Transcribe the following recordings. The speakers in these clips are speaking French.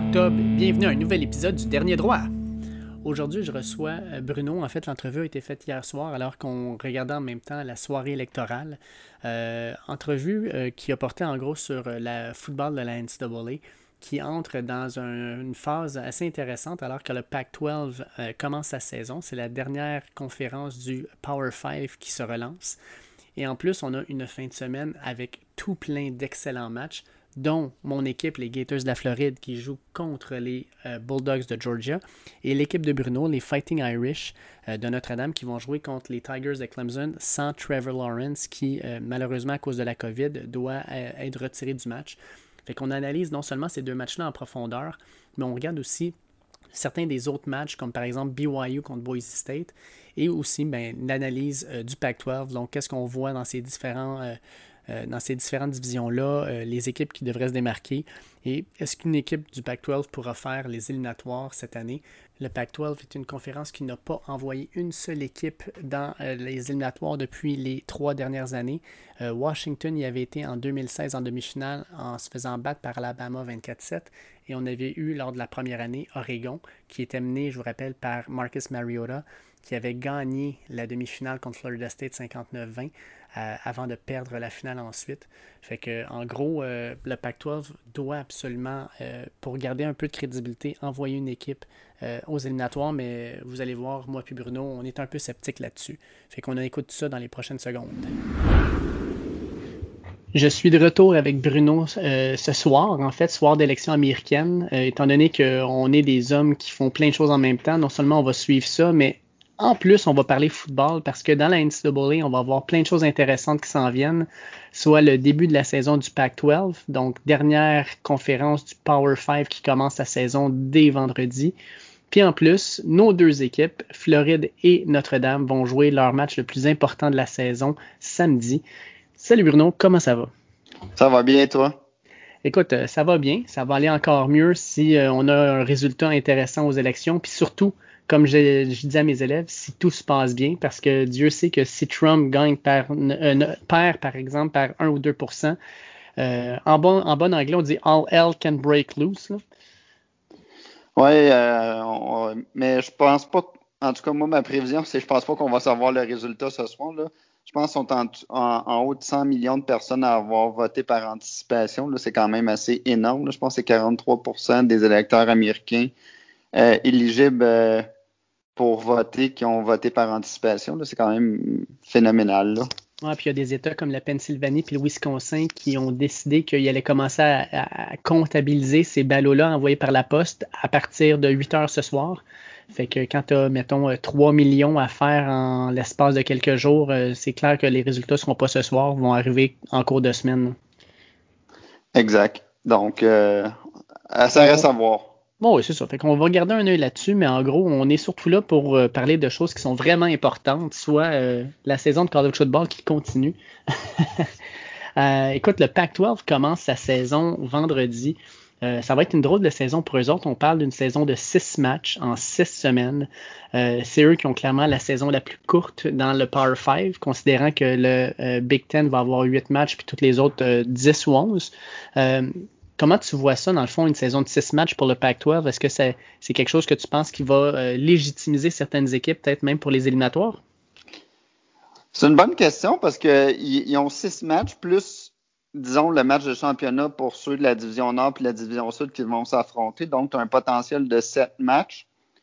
octobre. Bienvenue à un nouvel épisode du Dernier Droit. Aujourd'hui, je reçois Bruno. En fait, l'entrevue a été faite hier soir alors qu'on regardait en même temps la soirée électorale. Entrevue qui a porté en gros sur le football de la NCAA qui entre dans une phase assez intéressante alors que le Pac-12 commence sa saison. C'est la dernière conférence du Power 5 qui se relance. Et en plus, on a une fin de semaine avec tout plein d'excellents matchs, dont mon équipe, les Gators de la Floride, qui jouent contre les Bulldogs de Georgia, et l'équipe de Bruno, les Fighting Irish de Notre-Dame, qui vont jouer contre les Tigers de Clemson sans Trevor Lawrence, qui, malheureusement, à cause de la COVID, doit être retiré du match. Fait qu'on analyse non seulement ces deux matchs-là en profondeur, mais on regarde aussi certains des autres matchs, comme par exemple BYU contre Boise State, et aussi l'analyse du Pac-12. Donc, qu'est-ce qu'on voit dans ces différentes divisions-là, les équipes qui devraient se démarquer, et est-ce qu'une équipe du Pac-12 pourra faire les éliminatoires cette année? Le Pac-12 est une conférence qui n'a pas envoyé une seule équipe dans les éliminatoires depuis les 3 dernières années. Washington y avait été en 2016 en demi-finale en se faisant battre par Alabama 24-7. Et on avait eu lors de la première année Oregon, qui était mené, je vous rappelle, par Marcus Mariota, qui avait gagné la demi-finale contre Florida State 59-20 avant de perdre la finale ensuite. Fait que, en gros, le Pac-12 doit absolument, pour garder un peu de crédibilité, envoyer une équipe aux éliminatoires, mais vous allez voir, moi puis Bruno, on est un peu sceptiques là-dessus. Fait qu'on écoute tout ça dans les prochaines secondes. Je suis de retour avec Bruno ce soir, en fait, soir d'élection américaine, étant donné qu'on est des hommes qui font plein de choses en même temps. Non seulement on va suivre ça, mais en plus, on va parler football parce que dans la NCAA, on va avoir plein de choses intéressantes qui s'en viennent, soit le début de la saison du Pac-12, donc dernière conférence du Power 5 qui commence la saison dès vendredi. Puis en plus, nos deux équipes, Floride et Notre-Dame, vont jouer leur match le plus important de la saison samedi. Salut Bruno, comment ça va? Ça va bien, toi? Écoute, ça va bien. Ça va aller encore mieux si on a un résultat intéressant aux élections. Puis surtout, comme je dis à mes élèves, si tout se passe bien, parce que Dieu sait que si Trump gagne perd, par exemple, par 1 ou 2%, en bon anglais, on dit « all hell can break loose ». Oui, mais je pense pas, en tout cas, moi, ma prévision, c'est que je pense pas qu'on va savoir le résultat ce soir, là. Je pense qu'ils sont en haut de 100 millions de personnes à avoir voté par anticipation. Là, c'est quand même assez énorme. Là. Je pense que c'est 43% des électeurs américains éligibles pour voter qui ont voté par anticipation. Là. C'est quand même phénoménal. Là. Ouais, puis il y a des États comme la Pennsylvanie puis le Wisconsin qui ont décidé qu'ils allaient commencer à comptabiliser ces ballots-là envoyés par la poste à partir de 8 heures ce soir. Fait que quand tu as, mettons, 3 millions à faire en l'espace de quelques jours, c'est clair que les résultats ne seront pas ce soir, vont arriver en cours de semaine. Exact. Donc, ça reste à voir. Bon, oui, c'est ça. Fait qu'on va garder un œil là-dessus, mais en gros, on est surtout là pour parler de choses qui sont vraiment importantes, soit la saison de college football qui continue. Écoute, le Pac-12 commence sa saison vendredi. Ça va être une drôle de saison pour eux autres. On parle d'une saison de 6 matchs en 6 semaines. C'est eux qui ont clairement la saison la plus courte dans le Power 5, considérant que le Big Ten va avoir 8 matchs puis toutes les autres 10 ou 11. Comment tu vois ça, dans le fond, une saison de 6 matchs pour le Pac-12? Est-ce que c'est quelque chose que tu penses qui va légitimiser certaines équipes, peut-être même pour les éliminatoires? C'est une bonne question parce qu'ils ont 6 matchs plus, disons, le match de championnat pour ceux de la division Nord et la division Sud qui vont s'affronter. Donc, tu as un potentiel de 7 matchs.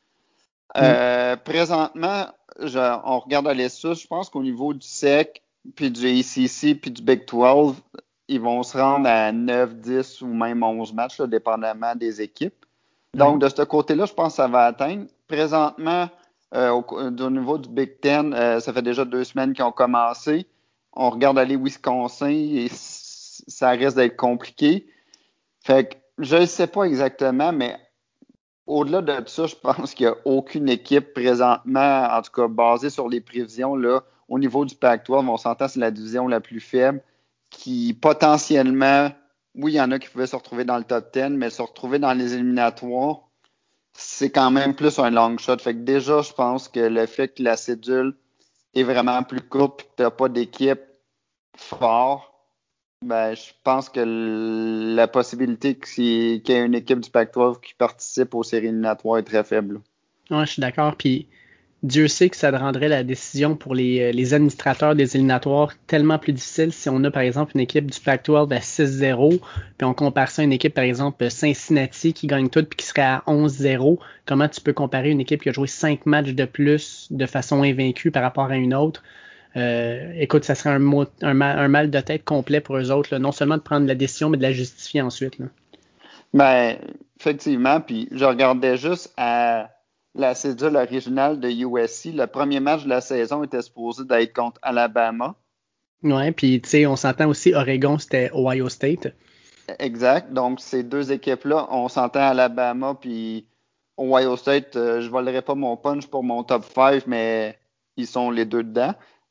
Présentement, on regarde les sources. Je pense qu'au niveau du SEC, puis du ACC, puis du Big 12, ils vont se rendre à 9, 10 ou même 11 matchs, là, dépendamment des équipes. Donc, de ce côté-là, je pense que ça va atteindre. Présentement, au niveau du Big Ten, ça fait déjà 2 semaines qu'ils ont commencé. On regarde aller Wisconsin et ça risque d'être compliqué. Fait que je ne sais pas exactement, mais au-delà de ça, je pense qu'il n'y a aucune équipe présentement, en tout cas basée sur les prévisions, là, au niveau du Pac-12, on s'entend c'est la division la plus faible, qui potentiellement, oui, il y en a qui pouvaient se retrouver dans le top 10, mais se retrouver dans les éliminatoires, c'est quand même plus un long shot. Fait que déjà, je pense que le fait que la cédule est vraiment plus courte et que tu n'as pas d'équipe fort, Ben, je pense que la possibilité qu'il y ait une équipe du Pac-12 qui participe aux séries éliminatoires est très faible. Ouais, je suis d'accord. Puis Dieu sait que ça rendrait la décision pour les administrateurs des éliminatoires tellement plus difficile si on a par exemple une équipe du Pac-12 à 6-0, puis on compare ça à une équipe par exemple Cincinnati qui gagne tout puis qui serait à 11-0. Comment tu peux comparer une équipe qui a joué 5 matchs de plus de façon invaincue par rapport à une autre? Écoute, ça serait un mal de tête complet pour eux autres, là. Non seulement de prendre la décision, mais de la justifier ensuite, là. Ben, effectivement, puis je regardais juste à la cédule originale de USC. Le premier match de la saison était supposé d'être contre Alabama. Ouais, puis tu sais, on s'entend aussi, Oregon, c'était Ohio State. Exact. Donc, ces deux équipes-là, on s'entend Alabama puis Ohio State. Je volerai pas mon punch pour mon top 5, mais ils sont les deux dedans.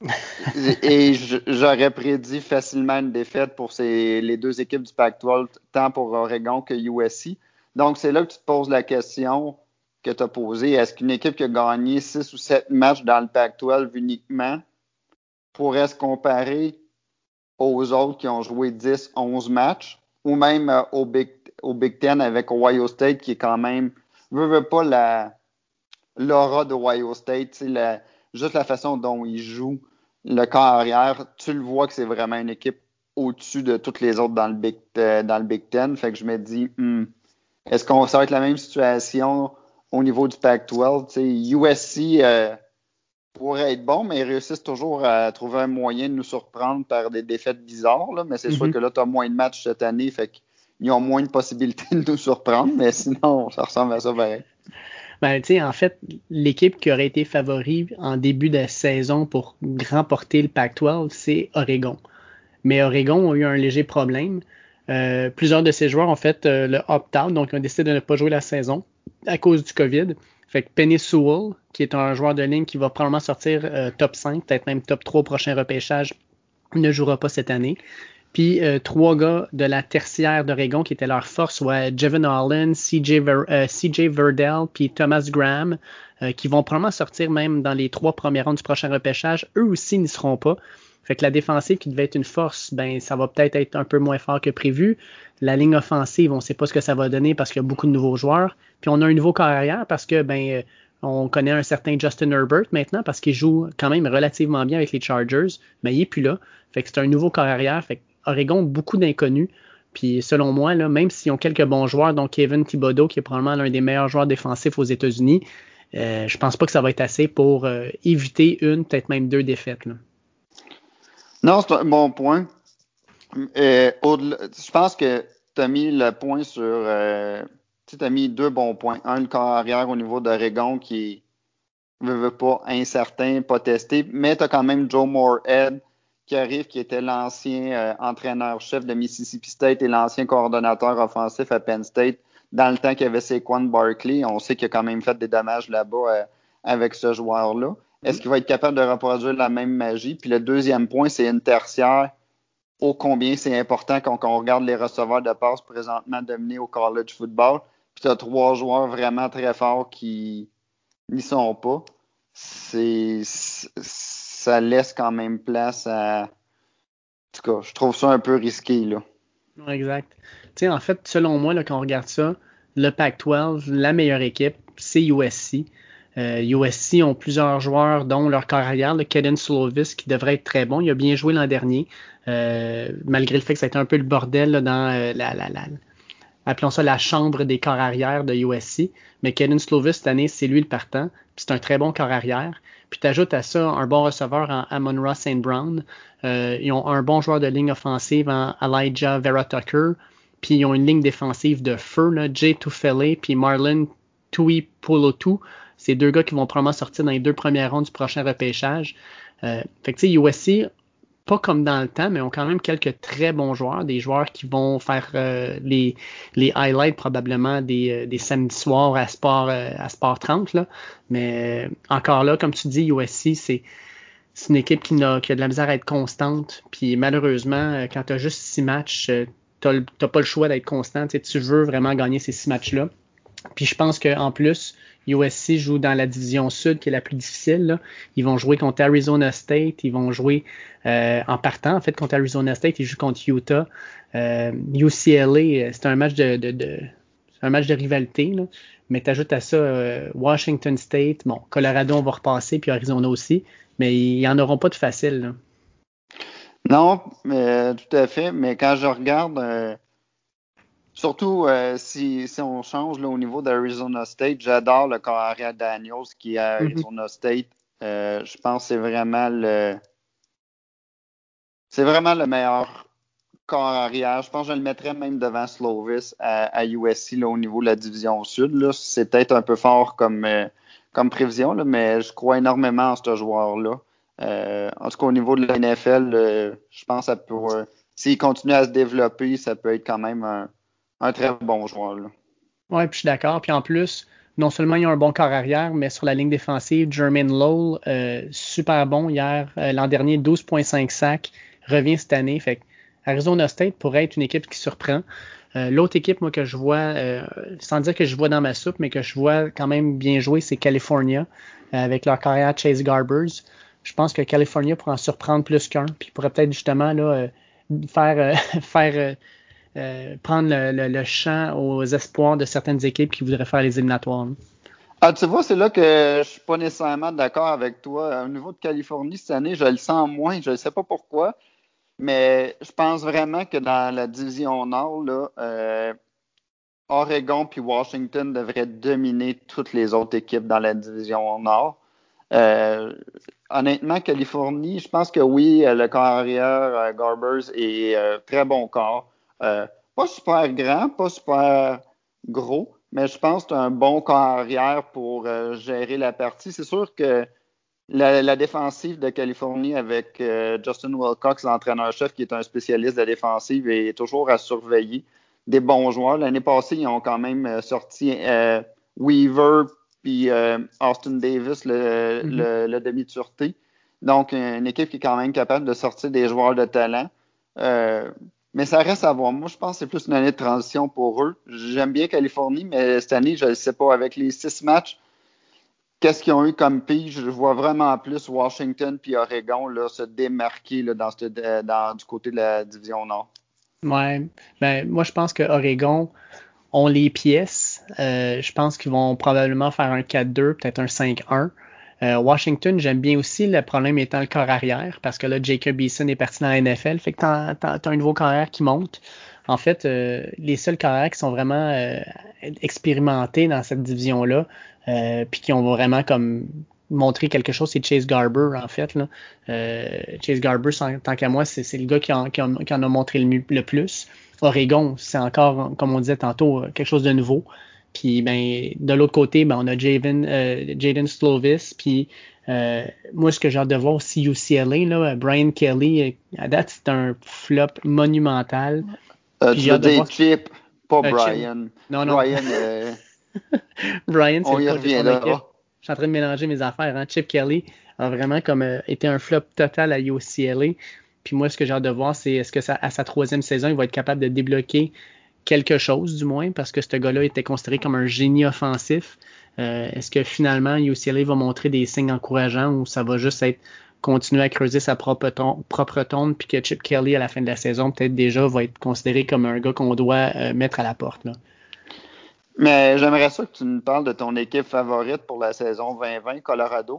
Et j'aurais prédit facilement une défaite pour les deux équipes du Pac-12, tant pour Oregon que USC. Donc, c'est là que tu te poses la question que tu as posée. Est-ce qu'une équipe qui a gagné 6 ou 7 matchs dans le Pac-12 uniquement pourrait se comparer aux autres qui ont joué 10, 11 matchs, ou même au Big Ten avec Ohio State qui est quand même, veut pas l'aura d'Ohio State, juste la façon dont ils jouent le corps arrière, tu le vois que c'est vraiment une équipe au-dessus de toutes les autres dans le Big Ten. Fait que je me dis, est-ce qu'on ça va être la même situation au niveau du Pac-12? USC pourrait être bon, mais ils réussissent toujours à trouver un moyen de nous surprendre par des défaites bizarres. Là. Mais c'est sûr que là, tu as moins de matchs cette année, fait qu'ils ont moins de possibilités de nous surprendre, mais sinon, ça ressemble à ça pareil. Ben, tu sais, en fait, l'équipe qui aurait été favori en début de saison pour remporter le Pac-12, c'est Oregon. Mais Oregon a eu un léger problème. Plusieurs de ses joueurs ont fait le opt-out, donc ils ont décidé de ne pas jouer la saison à cause du COVID. Fait que Penny Sewell, qui est un joueur de ligne qui va probablement sortir top 5, peut-être même top 3 au prochain repêchage, ne jouera pas cette année. Puis 3 gars de la tertiaire d'Oregon qui étaient leur force, soit Jevon Holland, CJ Verdell, puis Thomas Graham, qui vont probablement sortir même dans les 3 premiers rounds du prochain repêchage. Eux aussi n'y seront pas. Fait que la défensive qui devait être une force, ben ça va peut-être être un peu moins fort que prévu. La ligne offensive, on ne sait pas ce que ça va donner parce qu'il y a beaucoup de nouveaux joueurs. Puis on a un nouveau carrière parce que on connaît un certain Justin Herbert maintenant parce qu'il joue quand même relativement bien avec les Chargers, mais il n'est plus là. Fait que c'est un nouveau carrière. Fait que Oregon, beaucoup d'inconnus. Puis selon moi, là, même s'ils ont quelques bons joueurs, dont Kevin Thibodeau, qui est probablement l'un des meilleurs joueurs défensifs aux États-Unis, je pense pas que ça va être assez pour éviter peut-être même 2 défaites, là. Non, c'est un bon point. Je pense que tu as mis le point sur. Tu as mis 2 bons points. Un, le corps arrière au niveau d'Oregon qui veut pas incertain, pas testé, mais tu as quand même Joe Moorhead qui arrive, qui était l'ancien entraîneur-chef de Mississippi State et l'ancien coordonnateur offensif à Penn State dans le temps qu'il y avait Saquon Barkley. On sait qu'il a quand même fait des dommages là-bas avec ce joueur-là. Est-ce qu'il va être capable de reproduire la même magie? Puis le deuxième point, c'est une tertiaire. Ô combien c'est important quand on regarde les receveurs de passe présentement dominés au college football. Puis tu as 3 joueurs vraiment très forts qui n'y sont pas. Ça laisse quand même place à. En tout cas, je trouve ça un peu risqué, là. Exact. Tu sais, en fait, selon moi, là, quand on regarde ça, le Pac-12, la meilleure équipe, c'est USC. USC ont plusieurs joueurs, dont leur carrière, le Kedon Slovis, qui devrait être très bon. Il a bien joué l'an dernier, malgré le fait que ça a été un peu le bordel là, dans appelons ça la chambre des corps arrière de USC. Mais Kedon Slovis, cette année, c'est lui le partant. Puis c'est un très bon corps arrière. Puis tu ajoutes à ça un bon receveur en Amon-Ra St. Brown. Ils ont un bon joueur de ligne offensive en Elijah Vera Tucker. Puis ils ont une ligne défensive de feu, là, Jay Tufele puis Marlon Tuipolotu. C'est 2 gars qui vont probablement sortir dans les 2 premières rondes du prochain repêchage. Fait que tu sais, USC, pas comme dans le temps, mais ont quand même quelques très bons joueurs, des joueurs qui vont faire les highlights probablement des samedis soirs à Sport 30. Là. Mais encore là, comme tu dis, USC, c'est une équipe qui a de la misère à être constante. Puis malheureusement, quand tu as juste 6 matchs, t'as pas le choix d'être constant. Tu veux vraiment gagner ces 6 matchs-là. Puis je pense qu'en plus, USC joue dans la division sud, qui est la plus difficile. Là. Ils vont jouer contre Arizona State. Ils vont jouer en partant, en fait, contre Arizona State. Ils jouent contre Utah. UCLA, c'est un match c'est un match de rivalité. Là. Mais tu ajoutes à ça Washington State. Bon, Colorado, on va repasser, puis Arizona aussi. Mais ils n'en auront pas de facile. Là. Non, tout à fait. Mais quand je regarde, surtout si on change là, au niveau d'Arizona State, j'adore le corps arrière Daniels qui est à Arizona State. Je pense que c'est vraiment le meilleur corps arrière. Je pense que je le mettrais même devant Slovis à USC là, au niveau de la division sud. Là. C'est peut-être un peu fort comme prévision, là, mais je crois énormément en ce joueur-là. En tout cas, au niveau de la NFL, je pense que ça peut, s'il continue à se développer, ça peut être quand même un très bon joueur. Oui, puis je suis d'accord. Puis en plus, non seulement il a un bon corps arrière, mais sur la ligne défensive, Jermaine Lowell, super bon hier. L'an dernier, 12,5 sacs. Revient cette année. Fait que Arizona State pourrait être une équipe qui surprend. L'autre équipe, moi, que je vois, sans dire que je vois dans ma soupe, mais que je vois quand même bien jouer, c'est California, avec leur carrière Chase Garbers. Je pense que California pourrait en surprendre plus qu'un, puis pourrait peut-être justement là, prendre le champ aux espoirs de certaines équipes qui voudraient faire les éliminatoires. Ah, tu vois, c'est là que je suis pas nécessairement d'accord avec toi. Au niveau de Californie, cette année, je le sens moins. Je ne sais pas pourquoi, mais je pense vraiment que dans la division Nord, là, Oregon puis Washington devraient dominer toutes les autres équipes dans la division Nord. Honnêtement, Californie, je pense que oui, le corps arrière, Garbers est très bon corps. Pas super grand, pas super gros, mais je pense que c'est un bon corps arrière pour gérer la partie. C'est sûr que la défensive de Californie avec Justin Wilcox, l'entraîneur-chef, qui est un spécialiste de la défensive, est toujours à surveiller. Des bons joueurs. L'année passée, ils ont quand même sorti Weaver puis Austin Davis, le demi de sûreté. Donc, une équipe qui est quand même capable de sortir des joueurs de talent. Mais ça reste à voir. Moi, je pense que c'est plus une année de transition pour eux. J'aime bien Californie, mais cette année, je ne sais pas. Avec les 6 matchs, qu'est-ce qu'ils ont eu comme pige? Je vois vraiment plus Washington puis Oregon là, se démarquer là, du côté de la division Nord. Ouais, ben moi je pense que Oregon ont les pièces. Je pense qu'ils vont probablement faire un 4-2, peut-être un 5-1. Washington, j'aime bien aussi, le problème étant le corps arrière, parce que là, Jacob Eason est parti dans la NFL, fait que t'as un nouveau corps arrière qui monte. En fait, les seuls corps arrière qui sont vraiment expérimentés dans cette division-là, puis qui ont vraiment comme montré quelque chose, c'est Chase Garber, en fait. Là. Chase Garber, tant qu'à moi, c'est le gars qui en a montré le plus. Oregon, c'est encore, comme on disait tantôt, quelque chose de nouveau. Puis ben, de l'autre côté, ben, on a Jaden Slovis. Puis moi, ce que j'ai hâte de voir aussi UCLA, là, Brian Kelly, à date, c'est un flop monumental. Tu veux dire Chip, pas Brian. Chip. Non. Brian, Brian, c'est on le y coach de son équipe. reviendra. Je suis en train de mélanger mes affaires. Hein. Chip Kelly a vraiment comme été un flop total à UCLA. Puis moi, ce que j'ai hâte de voir, c'est est-ce que à sa 3e saison, il va être capable de débloquer quelque chose, du moins, parce que ce gars-là était considéré comme un génie offensif. Est-ce que finalement, UCLA va montrer des signes encourageants ou ça va juste être continuer à creuser sa propre tombe, puis que Chip Kelly, à la fin de la saison, peut-être déjà va être considéré comme un gars qu'on doit mettre à la porte, là. Mais j'aimerais ça que tu nous parles de ton équipe favorite pour la saison 2020, Colorado.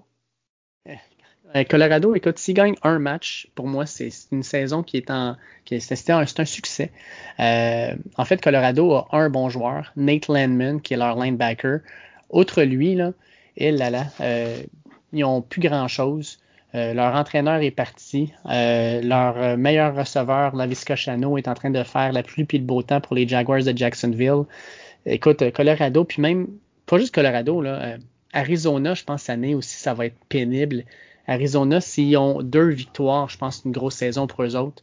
Colorado, écoute, s'ils gagnent un match, pour moi, c'est une saison c'est un succès. En fait, Colorado a un bon joueur, Nate Landman, qui est leur linebacker. Outre lui, là, ils n'ont plus grand-chose. Leur entraîneur est parti. Leur meilleur receveur, Laviska Shenault, est en train de faire la pluie et le beau temps pour les Jaguars de Jacksonville. Écoute, Colorado, puis même, pas juste Colorado, là, Arizona, je pense, cette année aussi, ça va être pénible. Arizona, s'ils ont 2 victoires, je pense que c'est une grosse saison pour eux autres.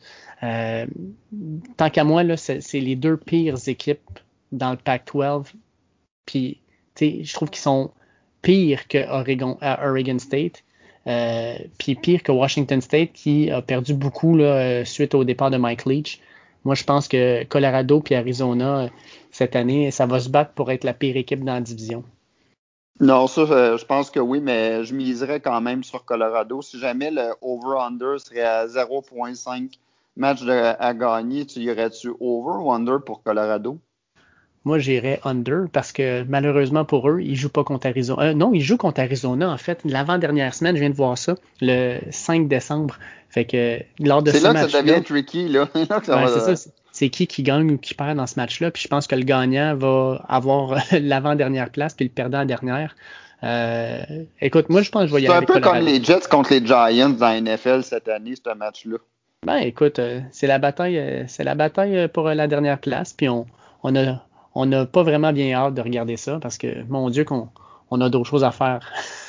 Tant qu'à moi, là, c'est les 2 pires équipes dans le Pac-12. Puis, je trouve qu'ils sont pires que Oregon State. Puis pire que Washington State, qui a perdu beaucoup là, suite au départ de Mike Leach. Moi, je pense que Colorado puis Arizona, cette année, ça va se battre pour être la pire équipe dans la division. Non, ça, je pense que oui, mais je miserais quand même sur Colorado. Si jamais le over-under serait à 0,5 match à gagner, tu irais-tu over ou under pour Colorado? Moi, j'irais under parce que malheureusement pour eux, ils jouent pas contre Arizona. Non, ils jouent contre Arizona, en fait. L'avant-dernière semaine, je viens de voir ça, le 5 décembre. Fait que lors de C'est ce là que ça match-là, devient tricky, là. C'est là que ça ben, c'est ça, va. c'est qui gagne ou qui perd dans ce match-là. Puis je pense que le gagnant va avoir l'avant-dernière place, puis le perdant la dernière. Écoute, moi, je pense que je vais y C'est aller un avec peu comme Colorado. les Jets contre les Giants dans la NFL cette année, ce match-là. Ben, écoute, c'est la bataille pour la dernière place. Puis on a, on n'a pas vraiment bien hâte de regarder ça parce que, mon Dieu, on a d'autres choses à faire.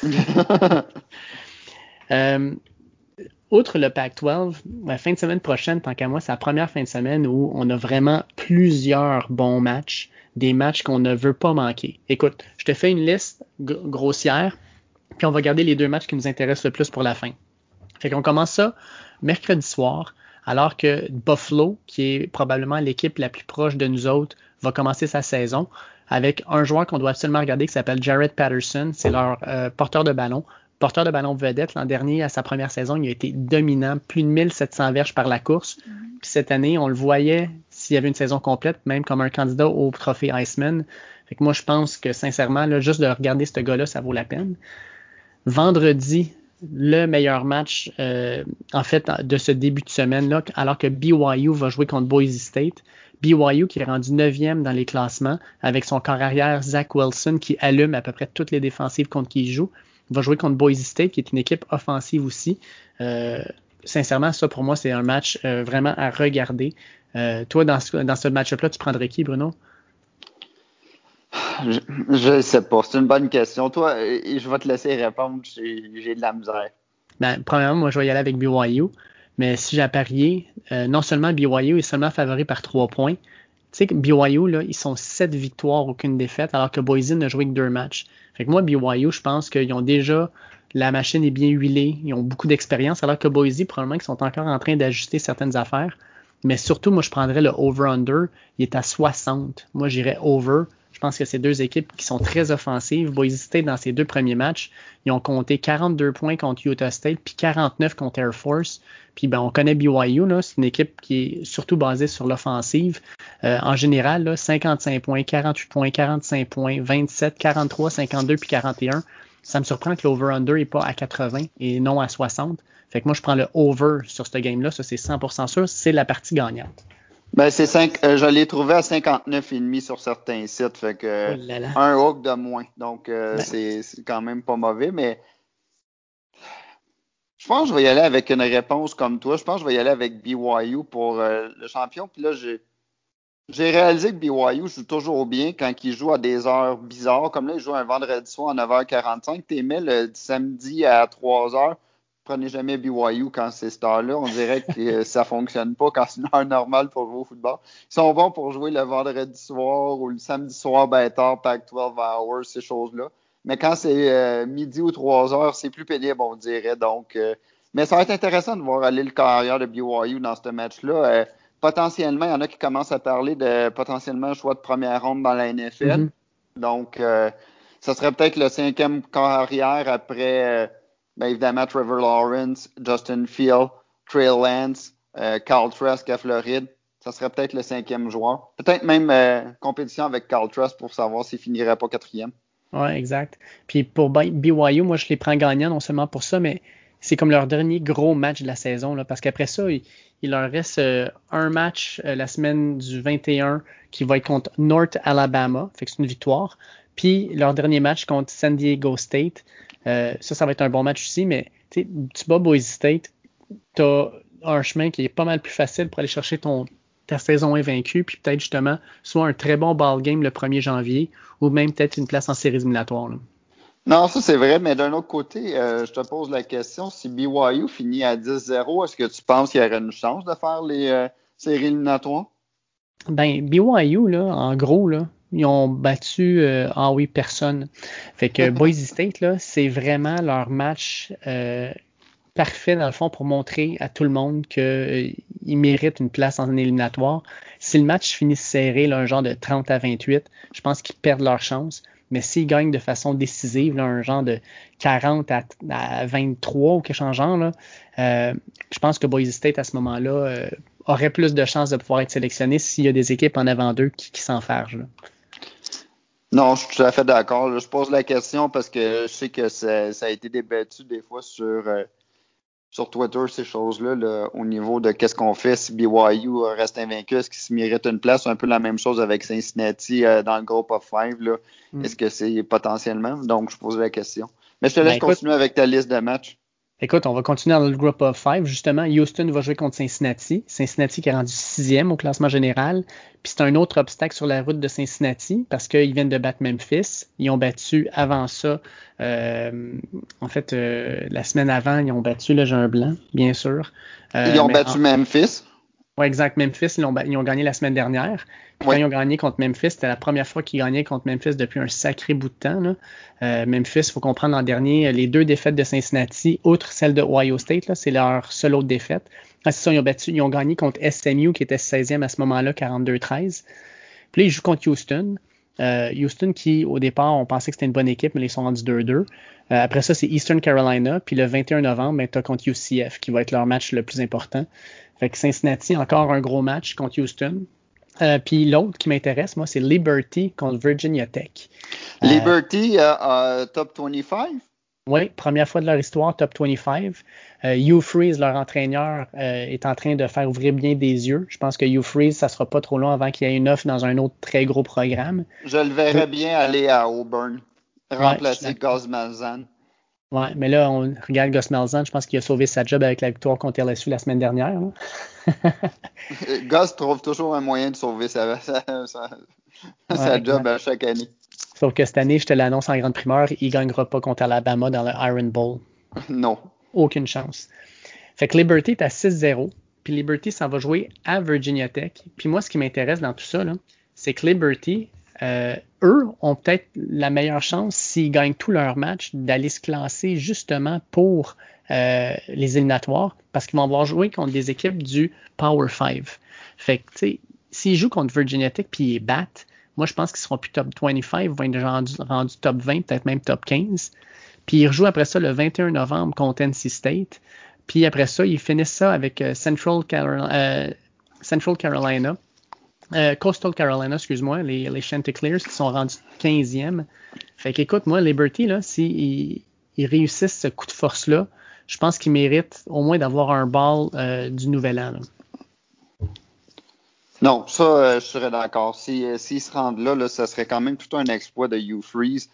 Euh, Outre le Pac-12, la fin de semaine prochaine, tant qu'à moi, c'est la première fin de semaine où on a vraiment plusieurs bons matchs, des matchs qu'on ne veut pas manquer. Écoute, je te fais une liste grossière, puis on va garder les deux matchs qui nous intéressent le plus pour la fin. Fait qu'on commence ça mercredi soir, alors que Buffalo, qui est probablement l'équipe la plus proche de nous autres, va commencer sa saison avec un joueur qu'on doit absolument regarder qui s'appelle Jared Patterson. C'est leur porteur de ballon. Porteur de ballon vedette, l'an dernier, à sa première saison, il a été dominant, plus de 1700 verges par la course. Puis cette année, on le voyait, s'il y avait une saison complète, même comme un candidat au trophée Iceman. Fait que moi, je pense que sincèrement, là, juste de regarder ce gars-là, ça vaut la peine. Vendredi, le meilleur match en fait de ce début de semaine-là, alors que BYU va jouer contre Boise State. BYU qui est rendu 9e dans les classements avec son corps arrière Zach Wilson qui allume à peu près toutes les défensives contre qui il joue. Il va jouer contre Boise State qui est une équipe offensive aussi. Sincèrement, ça pour moi, c'est un match vraiment à regarder. Toi, dans ce match-up-là, tu prendrais qui, Bruno? Je sais pas. C'est une bonne question. Toi, je vais te laisser répondre. J'ai de la misère. Ben, premièrement, moi, je vais y aller avec BYU. Mais si j'ai à parier, non seulement BYU est seulement favori par 3 points. Tu sais que BYU, là, ils sont 7 victoires, aucune défaite, alors que Boise n'a joué que 2 matchs. Fait que moi, BYU, je pense qu'ils ont déjà, la machine est bien huilée, ils ont beaucoup d'expérience, alors que Boise, probablement qu'ils sont encore en train d'ajuster certaines affaires. Mais surtout, moi, je prendrais le over-under. Il est à 60. Moi, j'irais over. Je pense que c'est deux équipes qui sont très offensives. Boise State, dans ses deux premiers matchs, ils ont compté 42 points contre Utah State, puis 49 contre Air Force. Puis ben, on connaît BYU, là, c'est une équipe qui est surtout basée sur l'offensive. En général, là, 55 points, 48 points, 45 points, 27, 43, 52 puis 41. Ça me surprend que l'over-under n'est pas à 80 et non à 60. Fait que moi, je prends le over sur ce game-là. Ça, c'est 100% sûr. C'est la partie gagnante. Ben, je l'ai trouvé à 59,5 sur certains sites. Fait Oh que là là. un hook de moins. Donc, Ben, c'est quand même pas mauvais. Mais je pense que je vais y aller avec une réponse comme toi. Je pense que je vais y aller avec BYU pour le champion. Puis là, j'ai réalisé que BYU joue toujours bien quand il joue à des heures bizarres. Comme là, il joue un vendredi soir à 9h45. T'aimais le samedi à 3h. Prenez jamais BYU quand c'est cette heure-là. On dirait que ça fonctionne pas quand c'est une heure normale pour jouer au football. Ils sont bons pour jouer le vendredi soir ou le samedi soir, ben tard, Pac-12 hours, ces choses-là. Mais quand c'est midi ou 3h, c'est plus pénible, on dirait. Donc, mais ça va être intéressant de voir aller le carrière de BYU dans ce match-là. Potentiellement, il y en a qui commencent à parler de potentiellement un choix de première ronde dans la NFL. mhm. Donc, ça serait peut-être le 5e carrière après, ben, évidemment, Trevor Lawrence, Justin Field, Trey Lance, Carl Trask à Floride. Ça serait peut-être le 5e joueur. Peut-être même compétition avec Carl Trask pour savoir s'il finirait pas 4e. Ouais, exact. Puis pour BYU, moi, je les prends gagnants non seulement pour ça, mais c'est comme leur dernier gros match de la saison, là, parce qu'après ça, il leur reste un match la semaine du 21 qui va être contre North Alabama, fait que c'est une victoire. Puis leur dernier match contre San Diego State, ça va être un bon match aussi, mais tu bats Boise State, tu as un chemin qui est pas mal plus facile pour aller chercher ta saison invaincue, puis peut-être justement soit un très bon ball game le 1er janvier, ou même peut-être une place en séries éliminatoires. Là. Non, ça c'est vrai, mais d'un autre côté, je te pose la question, si BYU finit à 10-0, est-ce que tu penses qu'il y aurait une chance de faire les séries éliminatoires? Ben, BYU, là, en gros, là, ils ont battu oui, personne. Fait que Boise State, là, c'est vraiment leur match parfait, dans le fond, pour montrer à tout le monde qu'ils méritent une place en éliminatoire. Si le match finit serré, là, un genre de 30-28, je pense qu'ils perdent leur chance. Mais s'ils gagnent de façon décisive, là, un genre de 40 à 23 ou quelque chose en genre, là, je pense que Boise State, à ce moment-là, aurait plus de chances de pouvoir être sélectionné s'il y a des équipes en avant d'eux qui s'enfargent. Là. Non, je suis tout à fait d'accord. Là, je pose la question parce que je sais que ça a été débattu des fois sur Twitter, ces choses-là, là, au niveau de qu'est-ce qu'on fait si BYU reste invaincu, est-ce qu'il se mérite une place? Un peu la même chose avec Cincinnati dans le groupe of five. Là. Est-ce que c'est potentiellement? Donc, je pose la question. Mais je te laisse continuer avec ta liste de matchs. Écoute, on va continuer dans le group of five. Justement, Houston va jouer contre Cincinnati. Cincinnati qui est rendu 6e au classement général. Puis c'est un autre obstacle sur la route de Cincinnati parce qu'ils viennent de battre Memphis. Ils ont battu avant ça. La semaine avant, ils ont battu, là, j'ai un blanc, bien sûr. Ils ont battu Memphis. Oui, exact. Memphis, ils ont gagné la semaine dernière. Puis quand ils ont gagné contre Memphis, c'était la première fois qu'ils gagnaient contre Memphis depuis un sacré bout de temps. Là. Memphis, il faut comprendre, l'an dernier, les 2 défaites de Cincinnati, outre celle de Ohio State, là, c'est leur seule autre défaite. C'est ça, ils ont gagné contre SMU, qui était 16e à ce moment-là, 42-13. Puis là, ils jouent contre Houston. Houston qui, au départ, on pensait que c'était une bonne équipe, mais ils sont rendus 2-2. Après ça, c'est Eastern Carolina. Puis le 21 novembre, tu as contre UCF, qui va être leur match le plus important. Fait que Cincinnati, encore un gros match contre Houston. Puis l'autre qui m'intéresse, moi, c'est Liberty contre Virginia Tech. Liberty, top 25? Oui, première fois de leur histoire, top 25. Hugh Freeze, leur entraîneur, est en train de faire ouvrir bien des yeux. Je pense que Hugh Freeze, ça ne sera pas trop long avant qu'il y ait une offre dans un autre très gros programme. Je le verrais bien aller à Auburn, remplacer Gus Malzahn. Oui, mais là, on regarde Gus Malzahn, je pense qu'il a sauvé sa job avec la victoire contre LSU la semaine dernière. Gus trouve toujours un moyen de sauver sa job à chaque année. Sauf que cette année, je te l'annonce en grande primeur, il ne gagnera pas contre Alabama dans le Iron Bowl. Non. Aucune chance. Fait que Liberty est à 6-0, puis Liberty s'en va jouer à Virginia Tech. Puis moi, ce qui m'intéresse dans tout ça, là, c'est que Liberty, eux, ont peut-être la meilleure chance, s'ils gagnent tous leurs matchs, d'aller se classer justement pour les éliminatoires, parce qu'ils vont avoir joué contre des équipes du Power 5. Fait que, tu sais, s'ils jouent contre Virginia Tech puis ils les battent, moi, je pense qu'ils seront plus top 25, ils vont être rendus top 20, peut-être même top 15. Puis ils rejouent après ça le 21 novembre contre NC State. Puis après ça, ils finissent ça avec Coastal Carolina, excuse-moi, les Chanticleers qui sont rendus 15e. Fait qu'écoute, moi, Liberty, là, s'ils réussissent ce coup de force-là, je pense qu'ils méritent au moins d'avoir un ball du nouvel an. Là. Non, ça, je serais d'accord. S'ils se rendent là, ça serait quand même tout un exploit de Hugh Freeze.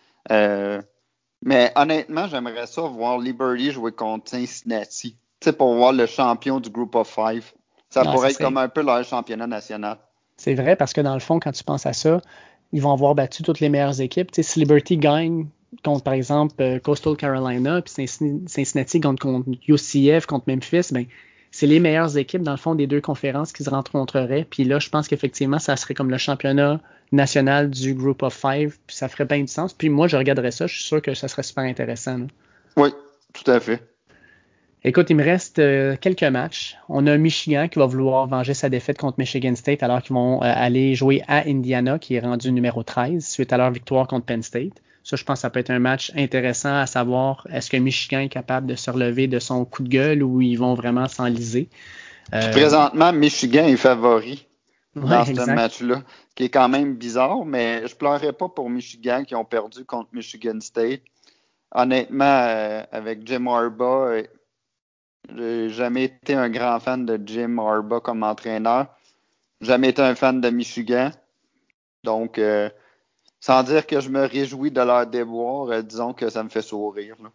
Mais honnêtement, j'aimerais ça voir Liberty jouer contre Cincinnati. Tu sais, pour voir le champion du Group of Five. Ça pourrait être comme un peu leur championnat national. C'est vrai, parce que dans le fond, quand tu penses à ça, ils vont avoir battu toutes les meilleures équipes. Tu sais, si Liberty gagne contre, par exemple, Coastal Carolina, puis Cincinnati contre UCF, contre Memphis, ben c'est les meilleures équipes, dans le fond, des 2 conférences qui se rencontreraient. Puis là, je pense qu'effectivement, ça serait comme le championnat national du Group of Five. Puis ça ferait bien du sens. Puis moi, je regarderais ça. Je suis sûr que ça serait super intéressant. Là. Oui, tout à fait. Écoute, il me reste quelques matchs. On a Michigan qui va vouloir venger sa défaite contre Michigan State alors qu'ils vont aller jouer à Indiana, qui est rendu numéro 13, suite à leur victoire contre Penn State. Ça, je pense que ça peut être un match intéressant à savoir est-ce que Michigan est capable de se relever de son coup de gueule ou ils vont vraiment s'enliser. Présentement, Michigan est favori dans ce match-là, qui est quand même bizarre, mais je ne pleurerais pas pour Michigan qui ont perdu contre Michigan State. Honnêtement, avec Jim Harbaugh, j'ai jamais été un grand fan de Jim Harbaugh comme entraîneur. Jamais été un fan de Michigan. Donc, sans dire que je me réjouis de leur déboire, disons que ça me fait sourire. Là.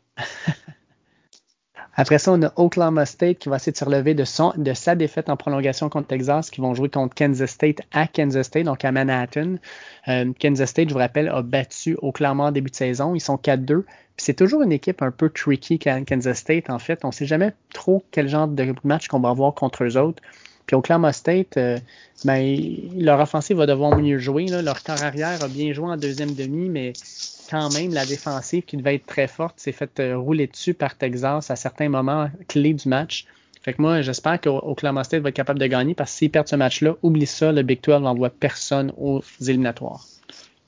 Après ça, on a Oklahoma State qui va essayer de se relever de sa défaite en prolongation contre Texas, qui vont jouer contre Kansas State à Kansas State, donc à Manhattan. Kansas State, je vous rappelle, a battu Oklahoma en début de saison. Ils sont 4-2. Puis c'est toujours une équipe un peu tricky, Kansas State, en fait. On ne sait jamais trop quel genre de match qu'on va avoir contre eux autres. Puis Oklahoma State, leur offensive va devoir mieux jouer. Là. Leur corps arrière a bien joué en deuxième demi, mais quand même, la défensive qui devait être très forte s'est faite rouler dessus par Texas à certains moments clés du match. Fait que moi, j'espère qu'Oklahoma State va être capable de gagner parce que s'ils perdent ce match-là, oublie ça, le Big 12 n'envoie personne aux éliminatoires.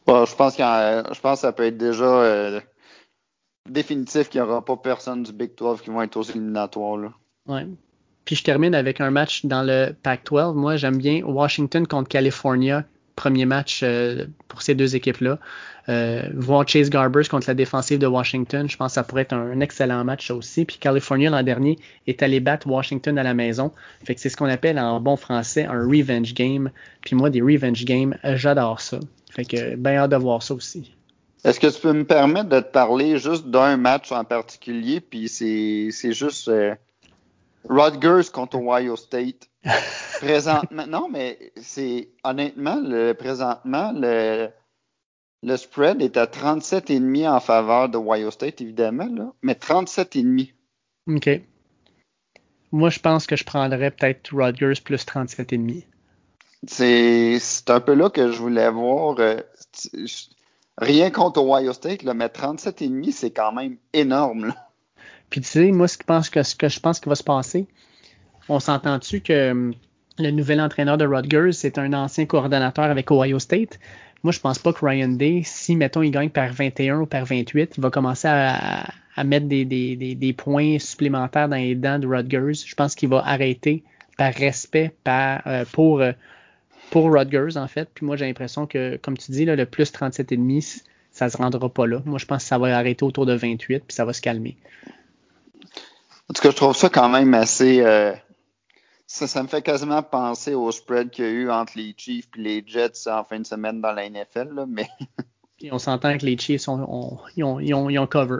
Bon, je pense que ça peut être déjà définitif qu'il n'y aura pas personne du Big 12 qui vont être aux éliminatoires. Là. Ouais. Puis je termine avec un match dans le Pac-12. Moi, j'aime bien Washington contre California. Premier match pour ces deux équipes-là. Voir Chase Garbers contre la défensive de Washington, je pense que ça pourrait être un excellent match ça aussi. Puis California l'an dernier est allé battre Washington à la maison. Fait que c'est ce qu'on appelle en bon français un revenge game. Puis moi, des revenge games, j'adore ça. Fait que bien hâte de voir ça aussi. Est-ce que tu peux me permettre de te parler juste d'un match en particulier, puis c'est juste Rutgers contre Ohio State. Présentement, non, mais c'est honnêtement, présentement, le spread est à 37,5 en faveur de Ohio State, évidemment, là, mais 37,5. OK. Moi, je pense que je prendrais peut-être Rutgers plus 37,5. C'est un peu là que je voulais voir. Rien contre Ohio State, là, mais 37,5, c'est quand même énorme. Là. Puis tu sais, moi, ce que je pense qu'il va se passer, on s'entend-tu que le nouvel entraîneur de Rutgers, c'est un ancien coordonnateur avec Ohio State. Moi, je pense pas que Ryan Day, si, mettons, il gagne par 21 ou par 28, il va commencer à mettre des points supplémentaires dans les dents de Rutgers. Je pense qu'il va arrêter par respect pour Rutgers, en fait. Puis moi, j'ai l'impression que, comme tu dis, là, le plus 37,5, ça se rendra pas là. Moi, je pense que ça va arrêter autour de 28, puis ça va se calmer. En tout cas, je trouve ça quand même assez... Ça me fait quasiment penser au spread qu'il y a eu entre les Chiefs et les Jets en fin de semaine dans la NFL, là, mais... Puis on s'entend que les Chiefs, ils ont cover.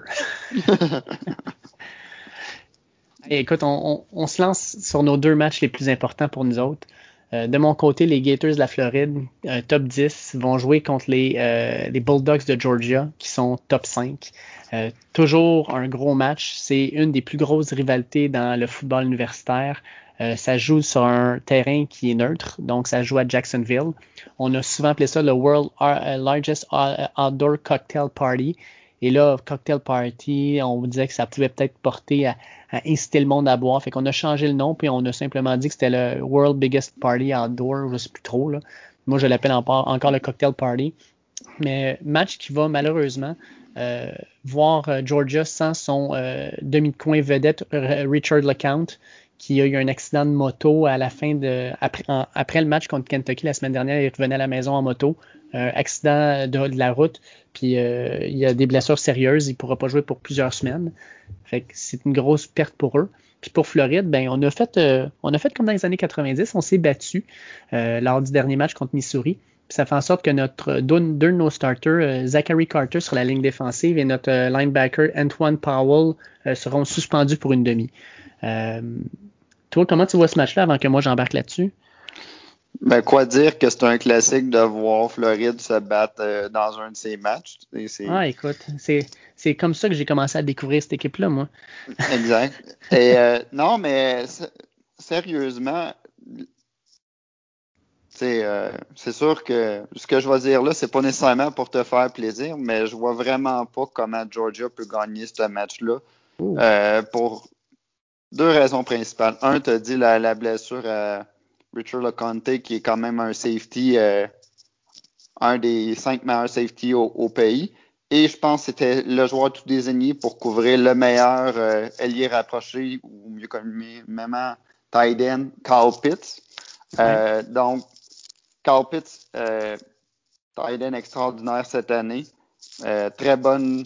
Écoute, on se lance sur nos deux matchs les plus importants pour nous autres. De mon côté, les Gators de la Floride, top 10, vont jouer contre les Bulldogs de Georgia, qui sont top 5. Toujours un gros match. C'est une des plus grosses rivalités dans le football universitaire. Ça joue sur un terrain qui est neutre, donc ça joue à Jacksonville. On a souvent appelé ça le World Largest Outdoor Cocktail Party. Et là, Cocktail Party, on vous disait que ça pouvait peut-être porter à inciter le monde à boire. Fait qu'on a changé le nom, puis on a simplement dit que c'était le World Biggest Party Outdoor, je sais plus trop. Là. Moi, je l'appelle encore le Cocktail Party. Mais match qui va malheureusement voir Georgia sans son demi de coin vedette Richard LeCounte, qui a eu un accident de moto à la fin après le match contre Kentucky la semaine dernière. Il revenait à la maison en moto. Accident de la route. Puis il y a des blessures sérieuses. Il ne pourra pas jouer pour plusieurs semaines. Fait que c'est une grosse perte pour eux. Puis pour Floride, ben on a fait comme dans les années 90. On s'est battu lors du dernier match contre Missouri. Puis ça fait en sorte que deux de nos starters, Zachary Carter sur la ligne défensive et notre linebacker Antoine Powell seront suspendus pour une demi. Toi, comment tu vois ce match-là avant que moi j'embarque là-dessus? Ben, quoi dire que c'est un classique de voir Floride se battre dans un de ses matchs. Écoute, c'est comme ça que j'ai commencé à découvrir cette équipe-là, moi. Exact. Et non, mais sérieusement, c'est sûr que ce que je vais dire là, c'est pas nécessairement pour te faire plaisir, mais je vois vraiment pas comment Georgia peut gagner ce match-là. Pour deux raisons principales. Un, tu as dit la blessure à Richard LeCounte, qui est quand même un safety, un des 5 meilleurs safety au pays. Et je pense que c'était le joueur tout désigné pour couvrir le meilleur ailier rapproché, ou mieux connu, même tight end, Kyle Pitts. Donc, Kyle Pitts, tight end extraordinaire cette année. Très bonne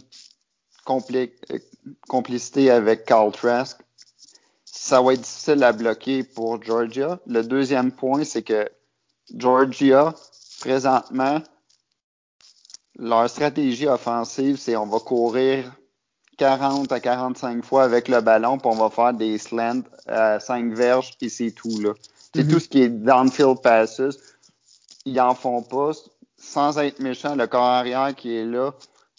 complicité avec Kyle Trask. Ça va être difficile à bloquer pour Georgia. Le deuxième point, c'est que Georgia, présentement, leur stratégie offensive, c'est on va courir 40 à 45 fois avec le ballon, puis on va faire des slants à 5 verges, puis c'est tout. Là. C'est tout ce qui est downfield passes. Ils n'en font pas. Sans être méchant, le corps arrière qui est là,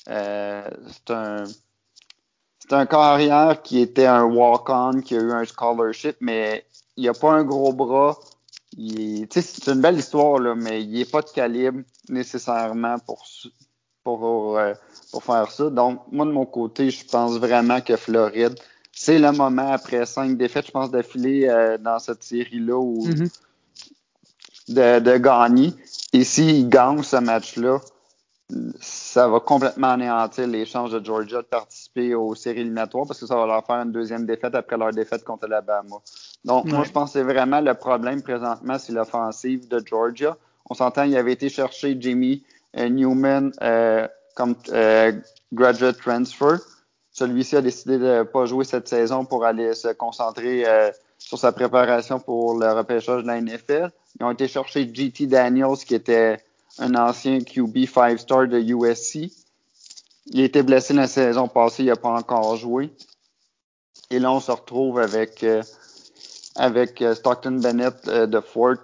c'est un corps arrière qui était un walk-on, qui a eu un scholarship, mais il n'a pas un gros bras. C'est une belle histoire, là, mais il n'est pas de calibre nécessairement pour faire ça. Donc, moi, de mon côté, je pense vraiment que Floride, c'est le moment après 5 défaites, je pense, d'affilée dans cette série-là de gagner. Et s'ils gagnent ce match-là, ça va complètement anéantir les chances de Georgia de participer aux séries éliminatoires parce que ça va leur faire une deuxième défaite après leur défaite contre l'Alabama. Donc, moi, je pense que c'est vraiment le problème présentement, c'est l'offensive de Georgia. On s'entend, il avait été chercher Jamie Newman comme graduate transfer. Celui-ci a décidé de ne pas jouer cette saison pour aller se concentrer sur sa préparation pour le repêchage de la NFL. Ils ont été chercher J.T. Daniels, qui était un ancien QB 5-star de USC. Il a été blessé la saison passée, il n'a pas encore joué. Et là, on se retrouve avec Stockton Bennett de Fort.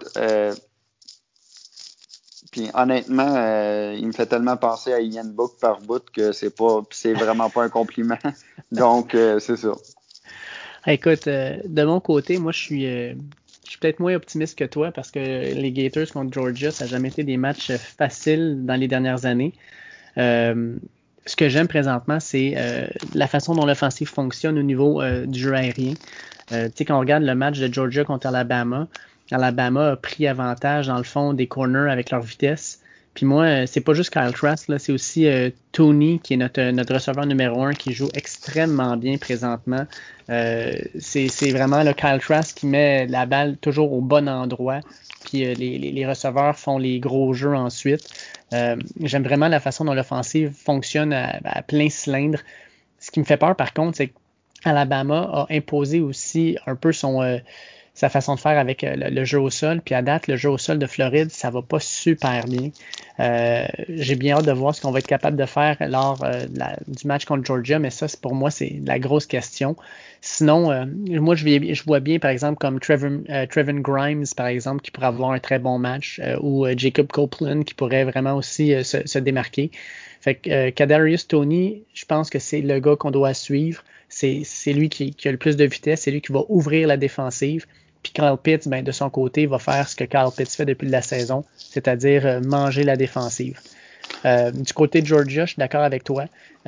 Puis honnêtement, il me fait tellement penser à Ian Book par bout que c'est vraiment pas un compliment. Donc, c'est ça. Écoute, de mon côté, moi, je suis peut-être moins optimiste que toi parce que les Gators contre Georgia, ça n'a jamais été des matchs faciles dans les dernières années. Ce que j'aime présentement, c'est la façon dont l'offensive fonctionne au niveau du jeu aérien. Tu sais, quand on regarde le match de Georgia contre Alabama a pris avantage, dans le fond, des corners avec leur vitesse. Puis moi, c'est pas juste Kyle Trask, là, c'est aussi Tony, qui est notre receveur numéro 1, qui joue extrêmement bien présentement. C'est vraiment le Kyle Trask qui met la balle toujours au bon endroit. Puis les receveurs font les gros jeux ensuite. J'aime vraiment la façon dont l'offensive fonctionne à plein cylindre. Ce qui me fait peur, par contre, c'est qu'Alabama a imposé aussi un peu sa façon de faire avec le jeu au sol. Puis à date, le jeu au sol de Floride, ça va pas super bien. J'ai bien hâte de voir ce qu'on va être capable de faire lors du match contre Georgia, mais ça, pour moi, c'est la grosse question. Sinon, moi, je vois bien, par exemple, comme Trevin Grimes, par exemple, qui pourrait avoir un très bon match, ou Jacob Copeland, qui pourrait vraiment aussi se démarquer. Fait que Kadarius Toney, je pense que c'est le gars qu'on doit suivre. C'est lui qui a le plus de vitesse, c'est lui qui va ouvrir la défensive. Puis Kyle Pitts, ben, de son côté, va faire ce que Kyle Pitts fait depuis la saison, c'est-à-dire manger la défensive. Du côté de Georgia, je suis d'accord avec toi.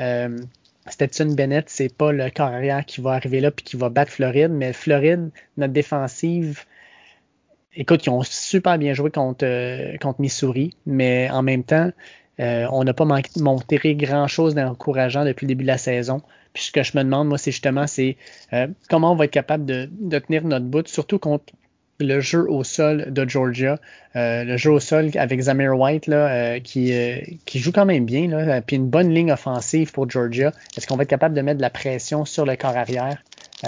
Stetson Bennett, c'est pas le carrière qui va arriver là puis qui va battre Floride, mais Floride, notre défensive, écoute, ils ont super bien joué contre Missouri, mais en même temps, on n'a pas montré grand-chose d'encourageant depuis le début de la saison. Puis ce que je me demande, moi, c'est comment on va être capable de tenir notre bout, surtout contre le jeu au sol de Georgia. Le jeu au sol avec Zamir White, là, qui joue quand même bien, là, puis une bonne ligne offensive pour Georgia. Est-ce qu'on va être capable de mettre de la pression sur le corps arrière?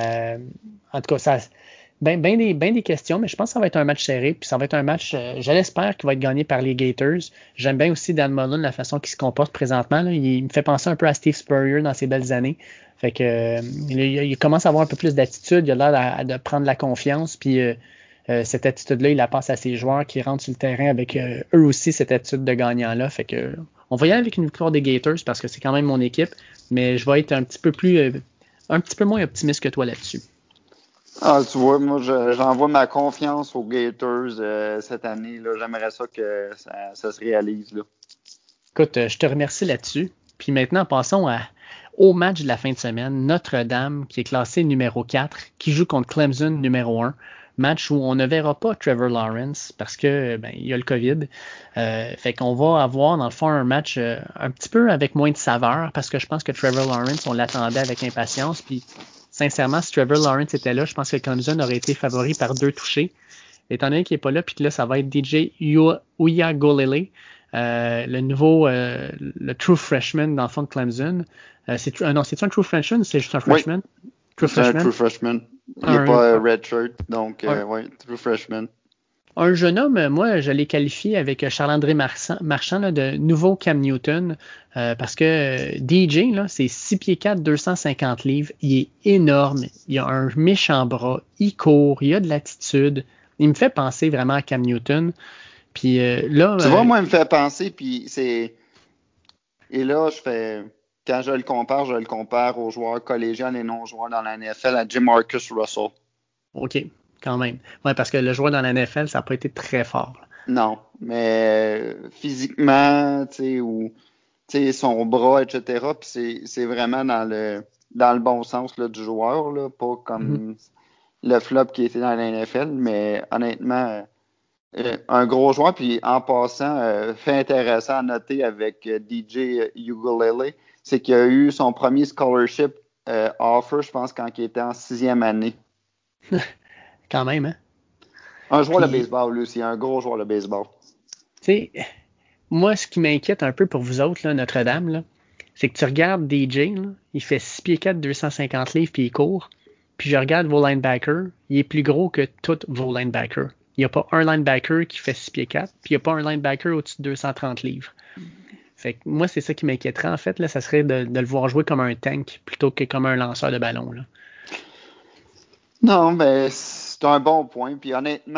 En tout cas, ça... Ben des questions, mais je pense que ça va être un match serré, puis ça va être un match, je l'espère, qui va être gagné par les Gators. J'aime bien aussi Dan Mullen, la façon qu'il se comporte présentement. Là. Il me fait penser un peu à Steve Spurrier dans ses belles années. Fait que il commence à avoir un peu plus d'attitude, il a l'air de prendre la confiance, puis cette attitude-là, il la passe à ses joueurs qui rentrent sur le terrain avec eux aussi cette attitude de gagnant-là. Fait que on va y aller avec une victoire des Gators parce que c'est quand même mon équipe, mais je vais être un petit peu moins optimiste que toi là-dessus. Ah, tu vois, moi, j'envoie ma confiance aux Gators cette année. Là. J'aimerais ça que ça se réalise. Là. Écoute, je te remercie là-dessus. Puis maintenant, passons au match de la fin de semaine. Notre-Dame, qui est classé numéro 4, qui joue contre Clemson numéro 1. Match où on ne verra pas Trevor Lawrence parce que il y a le COVID. Fait qu'on va avoir, dans le fond, un match un petit peu avec moins de saveur parce que je pense que Trevor Lawrence, on l'attendait avec impatience. Puis sincèrement, si Trevor Lawrence était là, je pense que Clemson aurait été favori par 2 touchés. Étant donné qu'il n'est pas là, puis que là, ça va être DJ Uiagalelei, le nouveau, le true freshman dans le fond de Clemson. C'est-tu un true freshman ou c'est juste un freshman? Oui, c'est un true freshman. Il n'est pas redshirt, donc oui, true freshman. Un jeune homme, moi, je l'ai qualifié avec Charles-André Marchand là, de nouveau Cam Newton parce que DJ, là, c'est 6 pieds 4, 250 livres. Il est énorme. Il a un méchant bras. Il court. Il a de l'attitude. Il me fait penser vraiment à Cam Newton. Puis là... Tu vois, moi, il me fait penser, puis c'est... Et là, quand je le compare aux joueurs collégiens et non-joueurs dans la NFL, à Jamarcus Russell. OK. Quand même. Ouais, parce que le joueur dans la NFL, ça n'a pas été très fort. Là. Non, mais physiquement, tu sais, son bras, etc. Puis c'est vraiment dans le bon sens là, du joueur, là, pas comme le flop qui était dans la NFL. Mais honnêtement, Un gros joueur, puis en passant, fait intéressant à noter avec DJ Ukulele, c'est qu'il a eu son premier scholarship offer, je pense, quand il était en 6e année. Quand même, hein? Un joueur de Puis, baseball, lui aussi, un gros joueur de baseball. tu sais, moi, ce qui m'inquiète un peu pour vous autres, là, Notre-Dame, là, c'est que tu regardes DJ, là, il fait 6 pieds 4, 250 livres, puis il court. Puis je regarde vos linebackers, il est plus gros que tous vos linebackers. Il n'y a pas un linebacker qui fait 6 pieds 4, puis il n'y a pas un linebacker au-dessus de 230 livres. Fait que moi, c'est ça qui m'inquiéterait, en fait, là, ça serait de le voir jouer comme un tank plutôt que comme un lanceur de ballon. Là. Non, mais c'est un bon point. Puis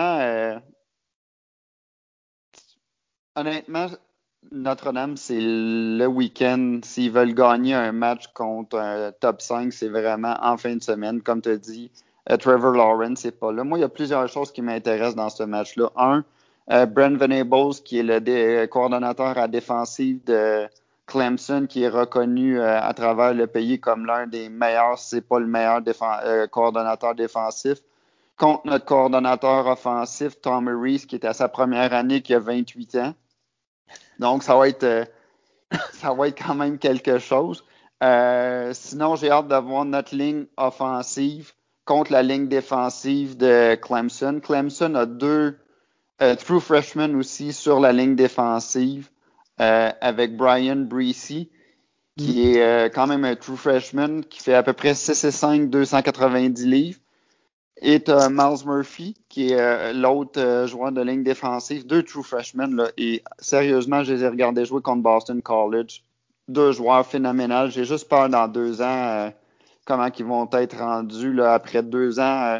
honnêtement, Notre-Dame, c'est le week-end. S'ils veulent gagner un match contre un top 5, c'est vraiment en fin de semaine. Comme tu as dit, Trevor Lawrence, c'est pas là. Moi, il y a plusieurs choses qui m'intéressent dans ce match-là. Brent Venables, qui est le coordonnateur à défensive de Clemson, qui est reconnu à travers le pays comme l'un des meilleurs, si c'est pas le meilleur coordonnateur défensif, contre notre coordonnateur offensif, Tom Reese, qui est à sa première année, qui a 28 ans. Donc, ça va être quand même quelque chose. Sinon, j'ai hâte de voir notre ligne offensive contre la ligne défensive de Clemson. Clemson a deux true freshmen aussi sur la ligne défensive avec Brian Breesy, qui est quand même un true freshman qui fait à peu près 6'5", 290 livres. Et tu as Miles Murphy, qui est l'autre joueur de ligne défensive, deux true freshmen. Là, et sérieusement, je les ai regardés jouer contre Boston College. Deux joueurs phénoménaux. J'ai juste peur dans 2 ans comment ils vont être rendus là, après 2 ans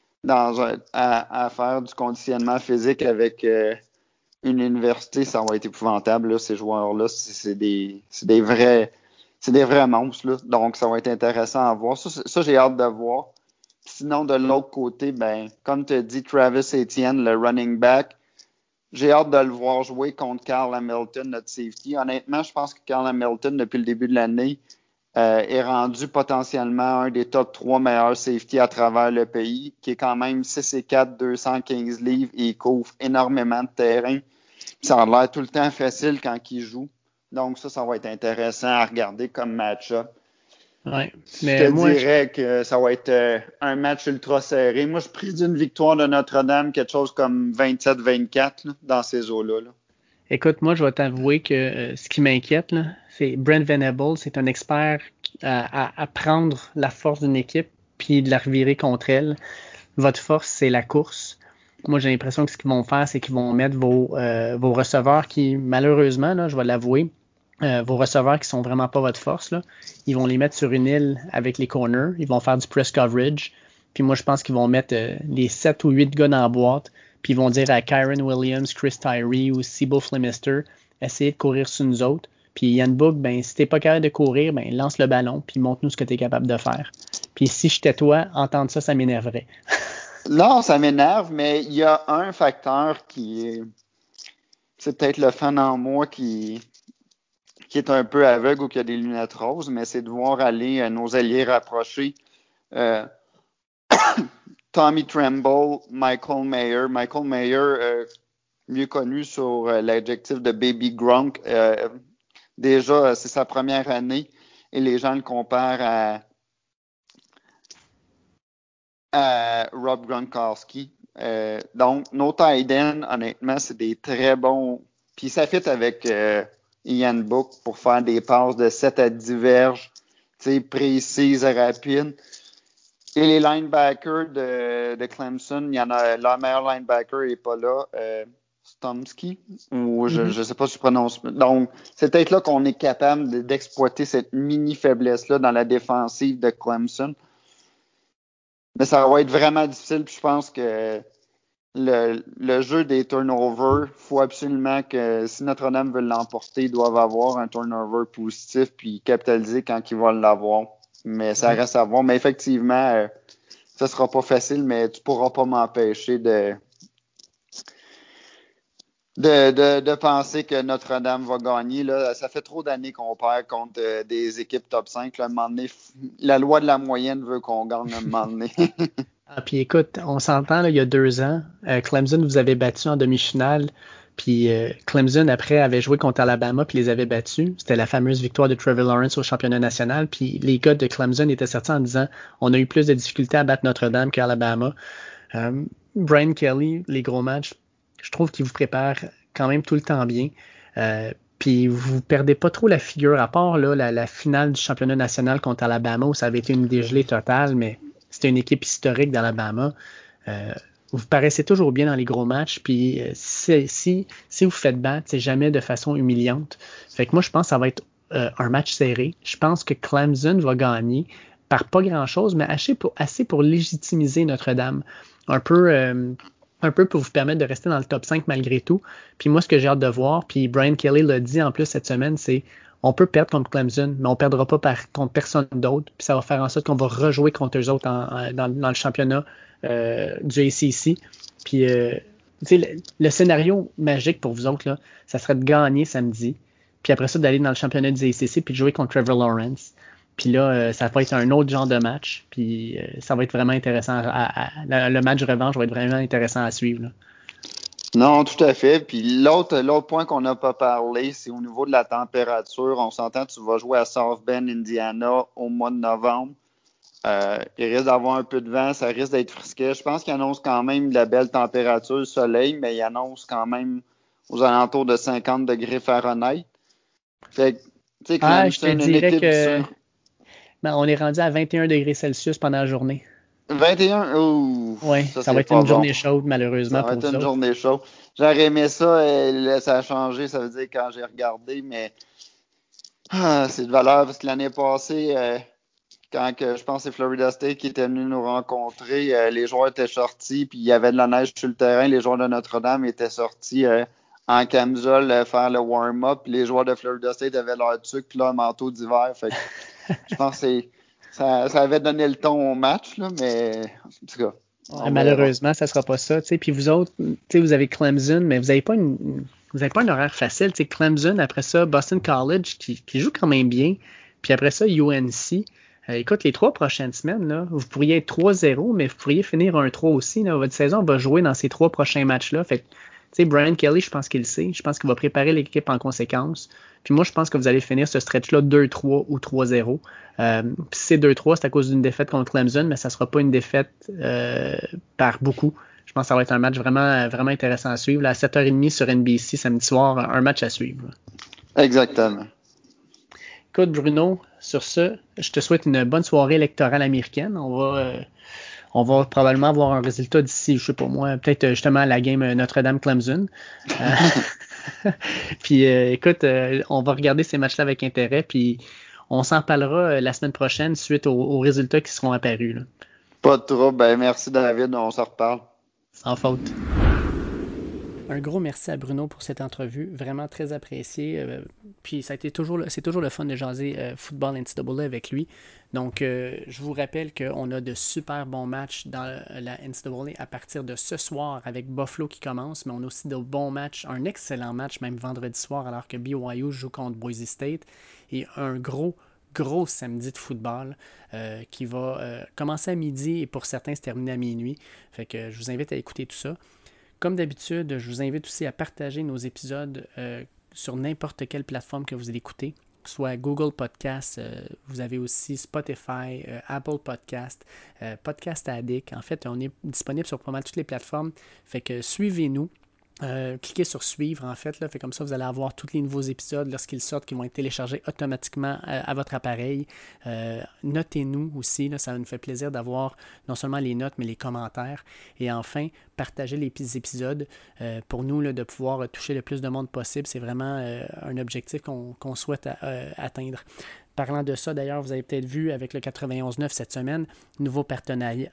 à faire du conditionnement physique avec une université. Ça va être épouvantable. Là, ces joueurs-là, c'est des vrais monstres. Là. Donc, ça va être intéressant à voir. Ça j'ai hâte de voir. Sinon, de l'autre côté, ben, comme tu as dit, Travis Etienne, le running back, j'ai hâte de le voir jouer contre Carl Hamilton, notre safety. Honnêtement, je pense que Carl Hamilton, depuis le début de l'année, est rendu potentiellement un des top 3 meilleurs safety à travers le pays, qui est quand même 6'4", 215 livres et il couvre énormément de terrain. Ça a l'air tout le temps facile quand il joue. Donc ça va être intéressant à regarder comme match-up. Ouais. Je Mais te moi, dirais que ça va être un match ultra serré. Moi, je prie d'une victoire de Notre-Dame, quelque chose comme 27-24 là, dans ces eaux-là. Là. écoute, moi, je vais t'avouer que ce qui m'inquiète, là, c'est Brent Venables, c'est un expert à prendre la force d'une équipe puis de la revirer contre elle. Votre force, c'est la course. Moi, j'ai l'impression que ce qu'ils vont faire, c'est qu'ils vont mettre vos receveurs qui, malheureusement, là, je vais l'avouer, vos receveurs qui sont vraiment pas votre force, là, ils vont les mettre sur une île avec les corners. Ils vont faire du press coverage. Puis moi, je pense qu'ils vont mettre les 7 ou 8 gars dans la boîte. Puis ils vont dire à Kyron Williams, Chris Tyree ou Sibo Flemister, essayez de courir sur nous autres. Puis Yann Book, ben, si t'es pas capable de courir, ben, lance le ballon, puis montre-nous ce que tu es capable de faire. Puis si j'étais toi, entendre ça, ça m'énerverait. Non, ça m'énerve, mais il y a un facteur qui est. C'est peut-être le fan en moi qui est un peu aveugle ou qui a des lunettes roses, mais c'est de voir aller nos alliés rapprochés. Tommy Tremble, Michael Mayer. Michael Mayer, mieux connu sur l'adjectif de Baby Gronk. Déjà, c'est sa première année et les gens le comparent à Rob Gronkowski. Donc, nos tight ends, honnêtement, c'est des très bons. Puis ça fit avec Ian Book pour faire des passes de 7 à 10 verges, précises, rapides. Et les linebackers de Clemson, il y en a, leur meilleur linebacker n'est pas là, Stomsky, ou je ne sais pas si je prononce. Donc, c'est peut-être là qu'on est capable d'exploiter cette mini faiblesse-là dans la défensive de Clemson. Mais ça va être vraiment difficile, puis je pense que le jeu des turnovers, il faut absolument que si Notre-Dame veut l'emporter, ils doivent avoir un turnover positif puis capitaliser quand ils vont l'avoir. Mais ça reste à voir. Mais effectivement, ça sera pas facile, mais tu pourras pas m'empêcher de penser que Notre-Dame va gagner. Là. Ça fait trop d'années qu'on perd contre des équipes top 5. Là, à un moment donné, la loi de la moyenne veut qu'on gagne à un moment donné. Ah, puis écoute, on s'entend, là, il y a 2 ans, Clemson vous avez battu en demi-finale, puis Clemson, après, avait joué contre Alabama, puis les avait battus. C'était la fameuse victoire de Trevor Lawrence au championnat national, puis les gars de Clemson étaient sortis en disant « On a eu plus de difficultés à battre Notre-Dame qu'Alabama. » Brian Kelly, les gros matchs, je trouve qu'il vous prépare quand même tout le temps bien. Puis vous perdez pas trop la figure, à part là, la finale du championnat national contre Alabama, où ça avait été une dégelée totale, mais c'était une équipe historique d'Alabama. Vous paraissez toujours bien dans les gros matchs, puis si vous faites battre, c'est jamais de façon humiliante. Fait que moi, je pense que ça va être un match serré. Je pense que Clemson va gagner par pas grand-chose, mais assez pour légitimiser Notre-Dame. Un peu pour vous permettre de rester dans le top 5 malgré tout. Puis moi, ce que j'ai hâte de voir, puis Brian Kelly l'a dit en plus cette semaine, c'est on peut perdre contre Clemson, mais on ne perdra pas contre personne d'autre. Puis ça va faire en sorte qu'on va rejouer contre eux autres dans le championnat du ACC. Puis le scénario magique pour vous autres, là, ça serait de gagner samedi, puis après ça, d'aller dans le championnat du ACC, puis de jouer contre Trevor Lawrence. Puis là, ça va être un autre genre de match. Puis ça va être vraiment intéressant. Le match revanche va être vraiment intéressant à suivre. Là. Non, tout à fait. Puis l'autre point qu'on n'a pas parlé, c'est au niveau de la température. On s'entend que tu vas jouer à South Bend, Indiana, au mois de novembre. Il risque d'avoir un peu de vent, ça risque d'être frisquet. Je pense qu'il annonce quand même de la belle température, le soleil, mais il annonce quand même aux alentours de 50 degrés Fahrenheit. Fait que, tu sais, je te dirais que on est rendu à 21 degrés Celsius pendant la journée. 21? Oui, ça va être une journée chaude, malheureusement. Ça va être une journée chaude. J'aurais aimé ça, ça a changé, ça veut dire quand j'ai regardé, mais c'est de valeur parce que l'année passée, quand je pense que c'est Florida State qui était venu nous rencontrer, les joueurs étaient sortis, puis il y avait de la neige sur le terrain, les joueurs de Notre-Dame étaient sortis en camisole faire le warm-up, puis les joueurs de Florida State avaient leur tuque puis leur manteau d'hiver. Fait que je pense que ça avait donné le ton au match, là, mais en tout cas. Malheureusement, ça ne sera pas ça. T'sais. Puis vous autres, vous avez Clemson, mais vous n'avez pas un horaire facile. T'sais, Clemson, après ça, Boston College, qui joue quand même bien. Puis après ça, UNC. Écoute, les 3 prochaines semaines, là, vous pourriez être 3-0, mais vous pourriez finir 1-3 aussi. Là. Votre saison va jouer dans ces 3 prochains matchs-là. Fait que, Brian Kelly, je pense qu'il le sait. Je pense qu'il va préparer l'équipe en conséquence. Puis moi, je pense que vous allez finir ce stretch-là 2-3 ou 3-0. Puis si c'est 2-3, c'est à cause d'une défaite contre Clemson, mais ça ne sera pas une défaite par beaucoup. Je pense que ça va être un match vraiment, vraiment intéressant à suivre. Là, à 7h30 sur NBC samedi soir, un match à suivre. Exactement. Écoute, Bruno, sur ce, je te souhaite une bonne soirée électorale américaine. On va probablement avoir un résultat d'ici, je sais pas moi, peut-être justement à la game Notre-Dame-Clemson. Puis écoute, on va regarder ces matchs-là avec intérêt, puis on s'en parlera la semaine prochaine suite aux résultats qui seront apparus. Là. Pas de trouble. Ben, merci David, on se reparle. Sans faute. Un gros merci à Bruno pour cette entrevue, vraiment très apprécié. Puis c'est toujours le fun de jaser football NCAA avec lui. Donc je vous rappelle qu'on a de super bons matchs dans la NCAA à partir de ce soir avec Buffalo qui commence, mais on a aussi de bons matchs, un excellent match même vendredi soir alors que BYU joue contre Boise State et un gros samedi de football qui va commencer à midi et pour certains se terminer à minuit. Fait que je vous invite à écouter tout ça. Comme d'habitude, je vous invite aussi à partager nos épisodes sur n'importe quelle plateforme que vous l'écoutez, soit Google Podcast, vous avez aussi Spotify, Apple Podcast, Podcast Addict. En fait, on est disponible sur pas mal toutes les plateformes. Fait que suivez-nous. Cliquez sur suivre en fait, là, fait comme ça vous allez avoir tous les nouveaux épisodes lorsqu'ils sortent qui vont être téléchargés automatiquement à votre appareil. Notez-nous aussi, là, ça nous fait plaisir d'avoir non seulement les notes mais les commentaires et enfin partagez les épisodes pour nous là, de pouvoir toucher le plus de monde possible, c'est vraiment un objectif qu'on souhaite atteindre. Parlant de ça, d'ailleurs, vous avez peut-être vu avec le 91.9 cette semaine, nouveau partenariat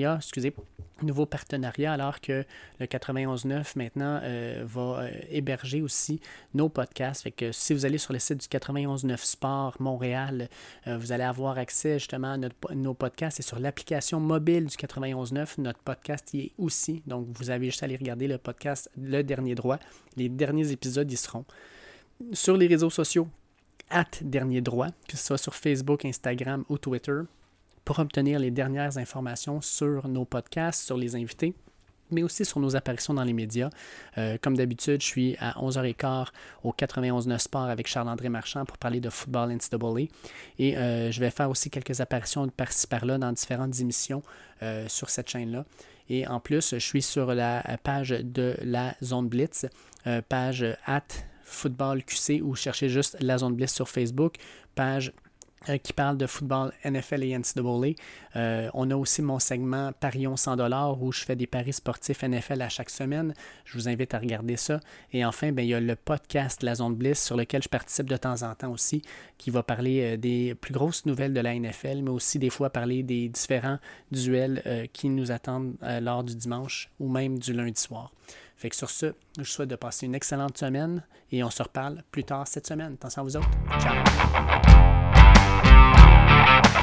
alors que le 91.9 maintenant va héberger aussi nos podcasts. Fait que si vous allez sur le site du 91.9 Sport Montréal, vous allez avoir accès justement à nos podcasts et sur l'application mobile du 91.9, notre podcast y est aussi. Donc, vous avez juste à aller regarder le podcast Le Dernier Droit. Les derniers épisodes y seront. Sur les réseaux sociaux, @dernierdroit, que ce soit sur Facebook, Instagram ou Twitter. pour obtenir les dernières informations sur nos podcasts, sur les invités, mais aussi sur nos apparitions dans les médias. Comme d'habitude, je suis à 11h15 au 91.9 Sport avec Charles-André Marchand pour parler de football NCAA. Et je vais faire aussi quelques apparitions par-ci par-là dans différentes émissions sur cette chaîne-là. Et en plus, je suis sur la page de la Zone Blitz, page @footballqc ou cherchez juste la Zone Blitz sur Facebook, page qui parle de football NFL et NCAA. On a aussi mon segment Parions 100$ où je fais des paris sportifs NFL à chaque semaine. Je vous invite à regarder ça. Et enfin, il y a le podcast La Zone Blitz sur lequel je participe de temps en temps aussi, qui va parler des plus grosses nouvelles de la NFL, mais aussi des fois parler des différents duels qui nous attendent lors du dimanche ou même du lundi soir. Fait que sur ce, je vous souhaite de passer une excellente semaine et on se reparle plus tard cette semaine. Attention à vous autres. Ciao!